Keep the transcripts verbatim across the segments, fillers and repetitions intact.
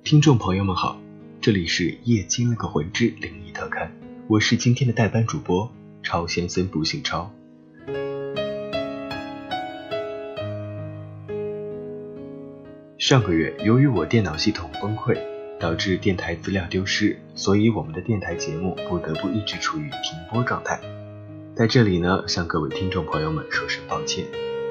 听众朋友们好，这里是夜惊了个魂之灵异特刊，我是今天的代班主播超先生不姓超。上个月由于我电脑系统崩溃，导致电台资料丢失，所以我们的电台节目不得不一直处于停播状态。在这里呢，向各位听众朋友们说声抱歉。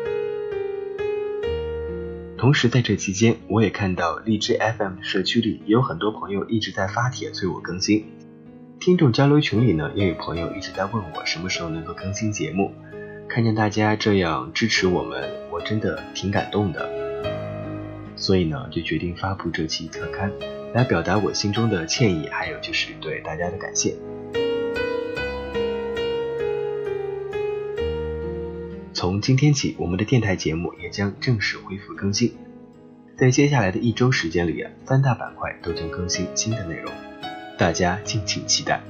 同时在这期间，我也看到荔枝 F M 社区里有很多朋友一直在发帖催我更新，听众交流群里呢也有朋友一直在问我什么时候能够更新节目。看见大家这样支持我们，我真的挺感动的，所以呢就决定发布这期特刊，来表达我心中的歉意，还有就是对大家的感谢。从今天起，我们的电台节目也将正式恢复更新。在接下来的一周时间里啊，三大板块都将更新新的内容，大家敬请期待。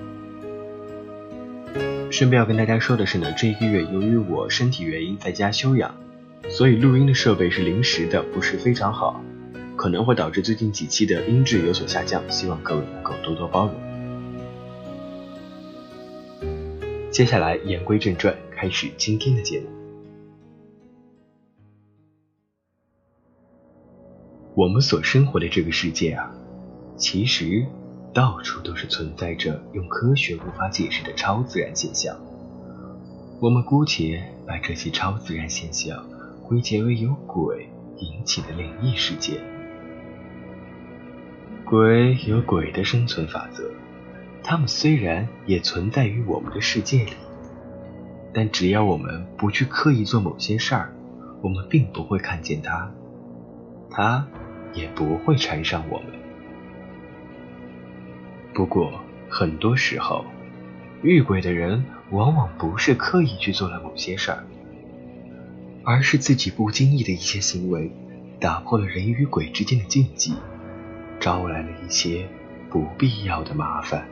顺便要跟大家说的是呢，这一个月由于我身体原因在家休养，所以录音的设备是临时的，不是非常好，可能会导致最近几期的音质有所下降，希望各位能够多多包容。接下来言归正传，开始今天的节目。我们所生活的这个世界啊，其实到处都是存在着用科学无法解释的超自然现象。我们姑且把这些超自然现象归结为由鬼引起的灵异事件。鬼有鬼的生存法则，它们虽然也存在于我们的世界里，但只要我们不去刻意做某些事儿，我们并不会看见它，它也不会缠上我们。不过很多时候，遇鬼的人往往不是刻意去做了某些事儿，而是自己不经意的一些行为打破了人与鬼之间的禁忌，招来了一些不必要的麻烦。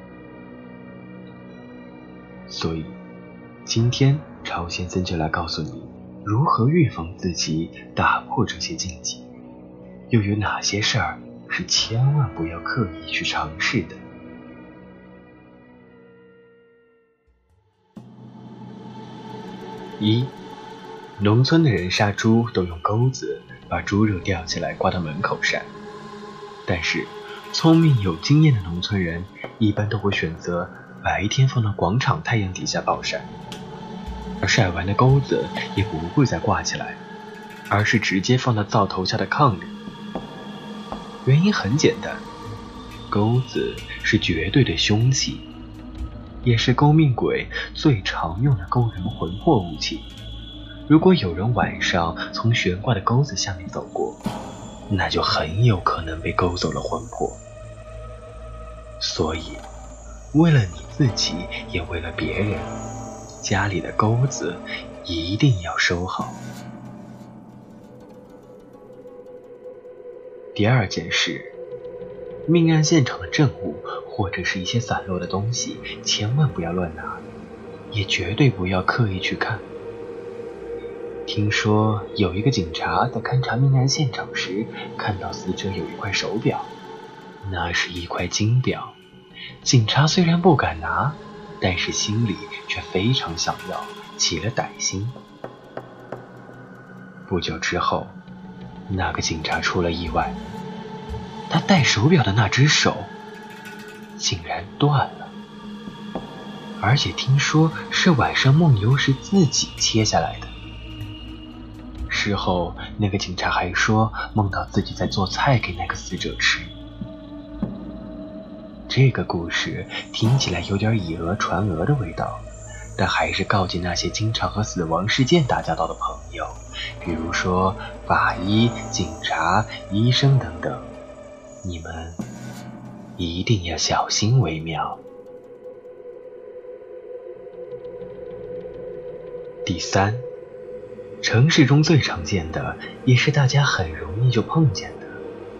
所以今天超先生就来告诉你如何预防自己打破这些禁忌，又有哪些事儿是千万不要刻意去尝试的。一，农村的人杀猪都用钩子把猪肉吊起来挂到门口晒，但是聪明有经验的农村人一般都会选择白天放到广场太阳底下暴晒，而晒完的钩子也不会再挂起来，而是直接放到灶头下的炕里。原因很简单，钩子是绝对的凶器，也是勾命鬼最常用的勾人魂魄武器。如果有人晚上从悬挂的钩子下面走过，那就很有可能被勾走了魂魄。所以为了你自己也为了别人，家里的钩子一定要收好。第二件事，命案现场的证物或者是一些散落的东西千万不要乱拿，也绝对不要刻意去看。听说有一个警察在勘察命案现场时看到死者有一块手表，那是一块金表。警察虽然不敢拿，但是心里却非常想要，起了歹心。不久之后，那个警察出了意外，他戴手表的那只手竟然断了，而且听说是晚上梦游时自己切下来的。事后那个警察还说梦到自己在做菜给那个死者吃。这个故事听起来有点以讹传讹的味道，但还是告诫那些经常和死亡事件打交道的朋友，比如说法医、警察、医生等等，你们一定要小心为妙。第三，城市中最常见的，也是大家很容易就碰见的。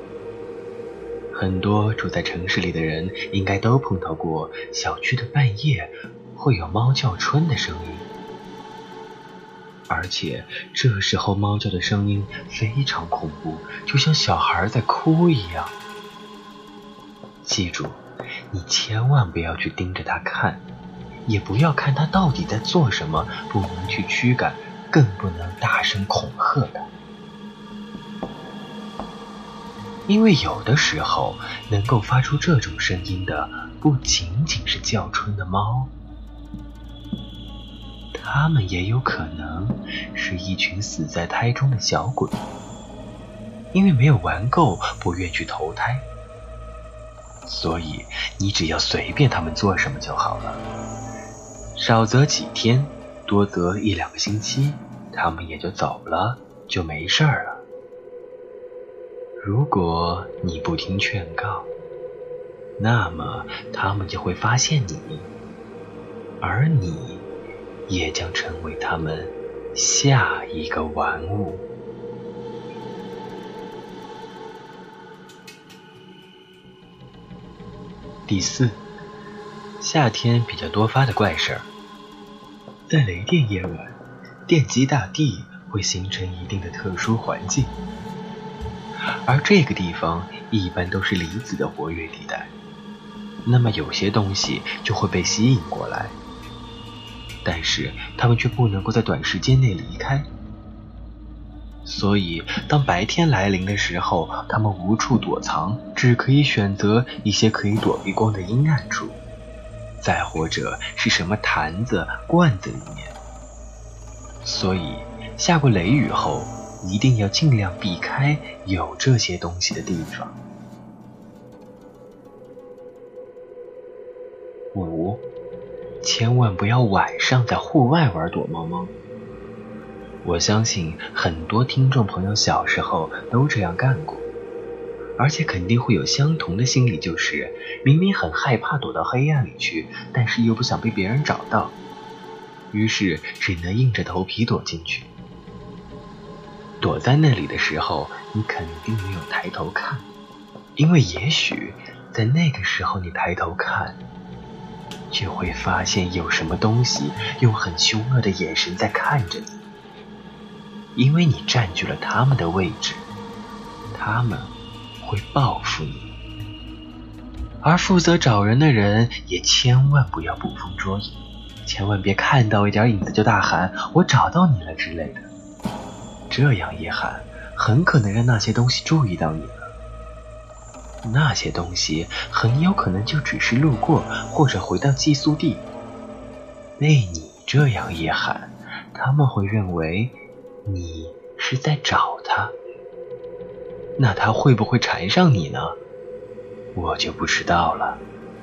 很多住在城市里的人应该都碰到过小区的半夜会有猫叫春的声音，而且这时候猫叫的声音非常恐怖，就像小孩在哭一样。 记住，你千万不要去盯着他看，也不要看他到底在做什么，不能去驱赶，更不能大声恐吓他。因为有的时候能够发出这种声音的不仅仅是叫春的猫，它们也有可能是一群死在胎中的小鬼，因为没有玩够不愿去投胎，所以你只要随便他们做什么就好了，少则几天，多则一两个星期，他们也就走了，就没事儿了。如果你不听劝告，那么他们就会发现你，而你也将成为他们下一个玩物。第四，夏天比较多发的怪事儿。在雷电夜晚，电击大地会形成一定的特殊环境，而这个地方一般都是离子的活跃地带，那么有些东西就会被吸引过来，但是它们却不能够在短时间内离开。所以当白天来临的时候，它们无处躲藏，只可以选择一些可以躲避光的阴暗处，再或者是什么坛子、罐子里面。所以下过雷雨后，一定要尽量避开有这些东西的地方。五，千万不要晚上在户外玩躲猫猫。我相信很多听众朋友小时候都这样干过，而且肯定会有相同的心理，就是明明很害怕躲到黑暗里去，但是又不想被别人找到，于是只能硬着头皮躲进去。躲在那里的时候，你肯定没有抬头看，因为也许在那个时候你抬头看，就会发现有什么东西用很凶恶的眼神在看着你，因为你占据了他们的位置，他们会报复你。而负责找人的人也千万不要捕风捉影，千万别看到一点影子就大喊我找到你了之类的，这样一喊很可能让那些东西注意到你了，那些东西很有可能就只是路过或者回到寄宿地，被你这样一喊，他们会认为你是在找他，那他会不会缠上你呢？我就不知道了。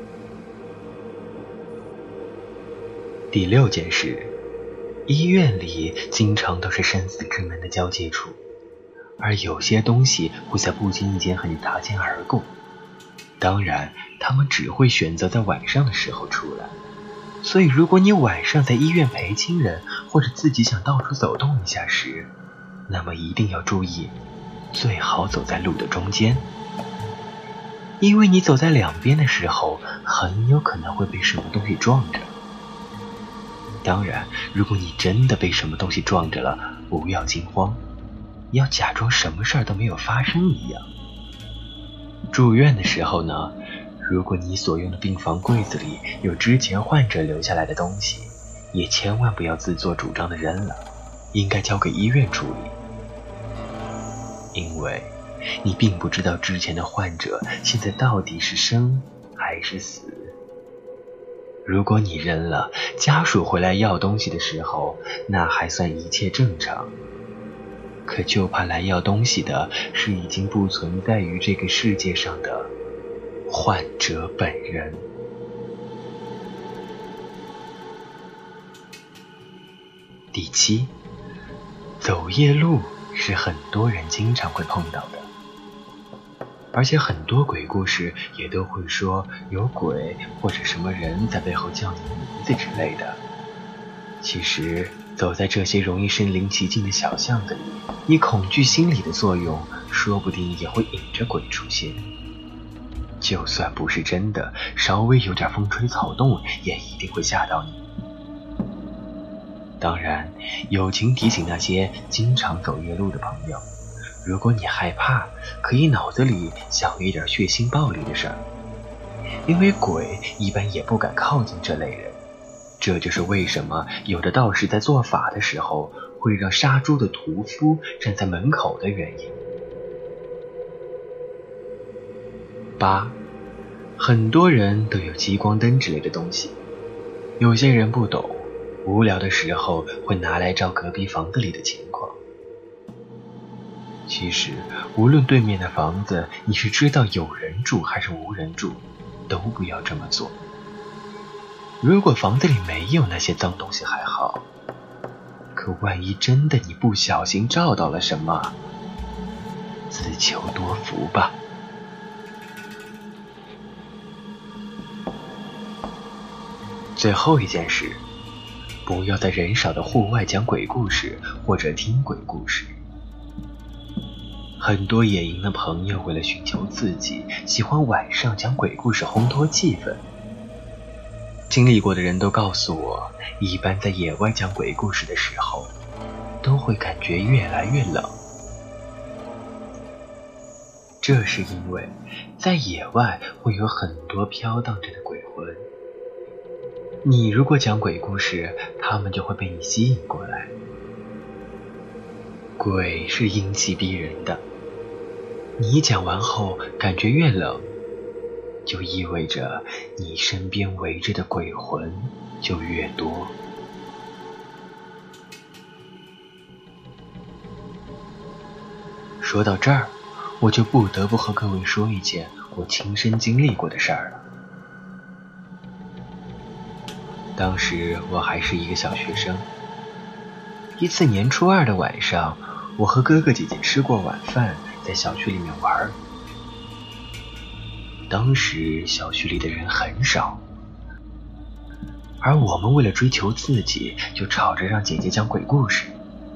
第六件事，医院里经常都是生死之门的交界处，而有些东西会在不经意间和你擦肩而过，当然他们只会选择在晚上的时候出来，所以如果你晚上在医院陪亲人，或者自己想到处走动一下时，那么一定要注意，最好走在路的中间，因为你走在两边的时候，很有可能会被什么东西撞着。当然，如果你真的被什么东西撞着了，不要惊慌，要假装什么事儿都没有发生一样。住院的时候呢，如果你所用的病房柜子里有之前患者留下来的东西，也千万不要自作主张的扔了，应该交给医院处理，因为你并不知道之前的患者现在到底是生还是死。如果你扔了，家属回来要东西的时候，那还算一切正常，可就怕来要东西的是已经不存在于这个世界上的患者本人。第七，走夜路是很多人经常会碰到的，而且很多鬼故事也都会说有鬼或者什么人在背后叫你的名字之类的。其实走在这些容易身临其境的小巷子里，你恐惧心理的作用说不定也会引着鬼出现。就算不是真的，稍微有点风吹草动也一定会吓到你。当然，友情提醒那些经常走夜路的朋友，如果你害怕，可以脑子里想一点血腥暴力的事儿， 因为鬼一般也不敢靠近这类人。这就是为什么有的道士在做法的时候会让杀猪的屠夫站在门口的原因。八，很多人都有激光灯之类的东西，有些人不懂，无聊的时候会拿来照隔壁房子里的情况。其实无论对面的房子你是知道有人住还是无人住，都不要这么做。如果房子里没有那些脏东西还好，可万一真的你不小心照到了什么，自求多福吧。最后一件事，不要在人少的户外讲鬼故事或者听鬼故事。很多野营的朋友为了寻求刺激，喜欢晚上讲鬼故事烘托气氛。经历过的人都告诉我，一般在野外讲鬼故事的时候，都会感觉越来越冷。这是因为在野外会有很多飘荡着的鬼魂，你如果讲鬼故事，他们就会被你吸引过来。鬼是阴气逼人的，你讲完后感觉越冷，就意味着你身边围着的鬼魂就越多。说到这儿，我就不得不和各位说一件我亲身经历过的事儿了。当时我还是一个小学生，一次年初二的晚上，我和哥哥姐姐吃过晚饭，在小区里面玩。当时小区里的人很少，而我们为了追求刺激，就吵着让姐姐讲鬼故事。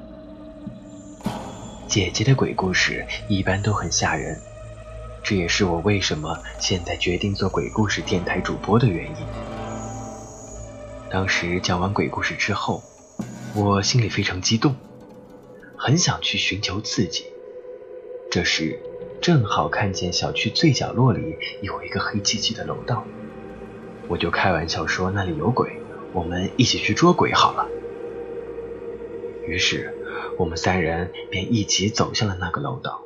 姐姐的鬼故事一般都很吓人，这也是我为什么现在决定做鬼故事电台主播的原因。当时讲完鬼故事之后，我心里非常激动，很想去寻求刺激。这时正好看见小区最角落里有一个黑漆漆的楼道，我就开玩笑说那里有鬼，我们一起去捉鬼好了。于是我们三人便一起走向了那个楼道。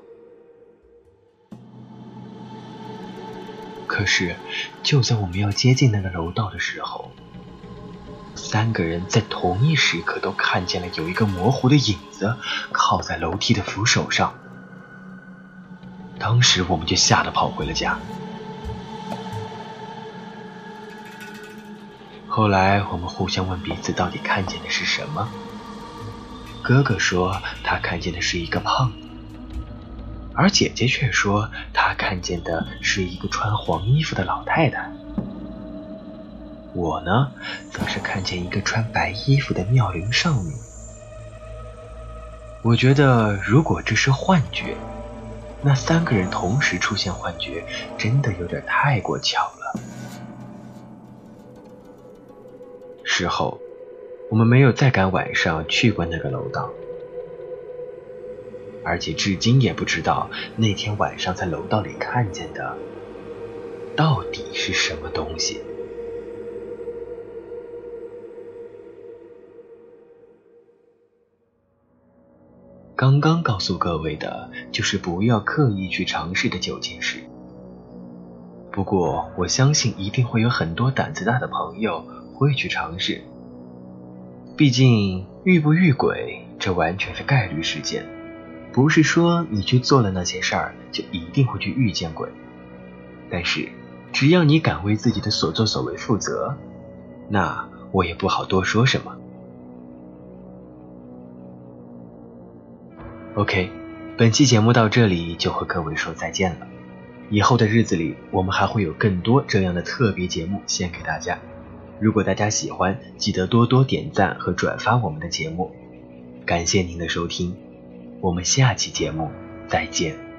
可是就在我们要接近那个楼道的时候，三个人在同一时刻都看见了有一个模糊的影子靠在楼梯的扶手上。当时我们就吓得跑回了家。后来我们互相问彼此到底看见的是什么。哥哥说他看见的是一个胖子，而姐姐却说她看见的是一个穿黄衣服的老太太。我呢，则是看见一个穿白衣服的妙龄少女。我觉得如果这是幻觉，那三个人同时出现幻觉，真的有点太过巧了。事后，我们没有再赶晚上去过那个楼道，而且至今也不知道那天晚上在楼道里看见的到底是什么东西。刚刚告诉各位的就是不要刻意去尝试的九件事。不过我相信一定会有很多胆子大的朋友会去尝试，毕竟遇不遇鬼这完全是概率事件，不是说你去做了那些事儿就一定会去遇见鬼。但是只要你敢为自己的所作所为负责，那我也不好多说什么。OK， 本期节目到这里就和各位说再见了。以后的日子里，我们还会有更多这样的特别节目献给大家。如果大家喜欢，记得多多点赞和转发我们的节目。感谢您的收听，我们下期节目再见。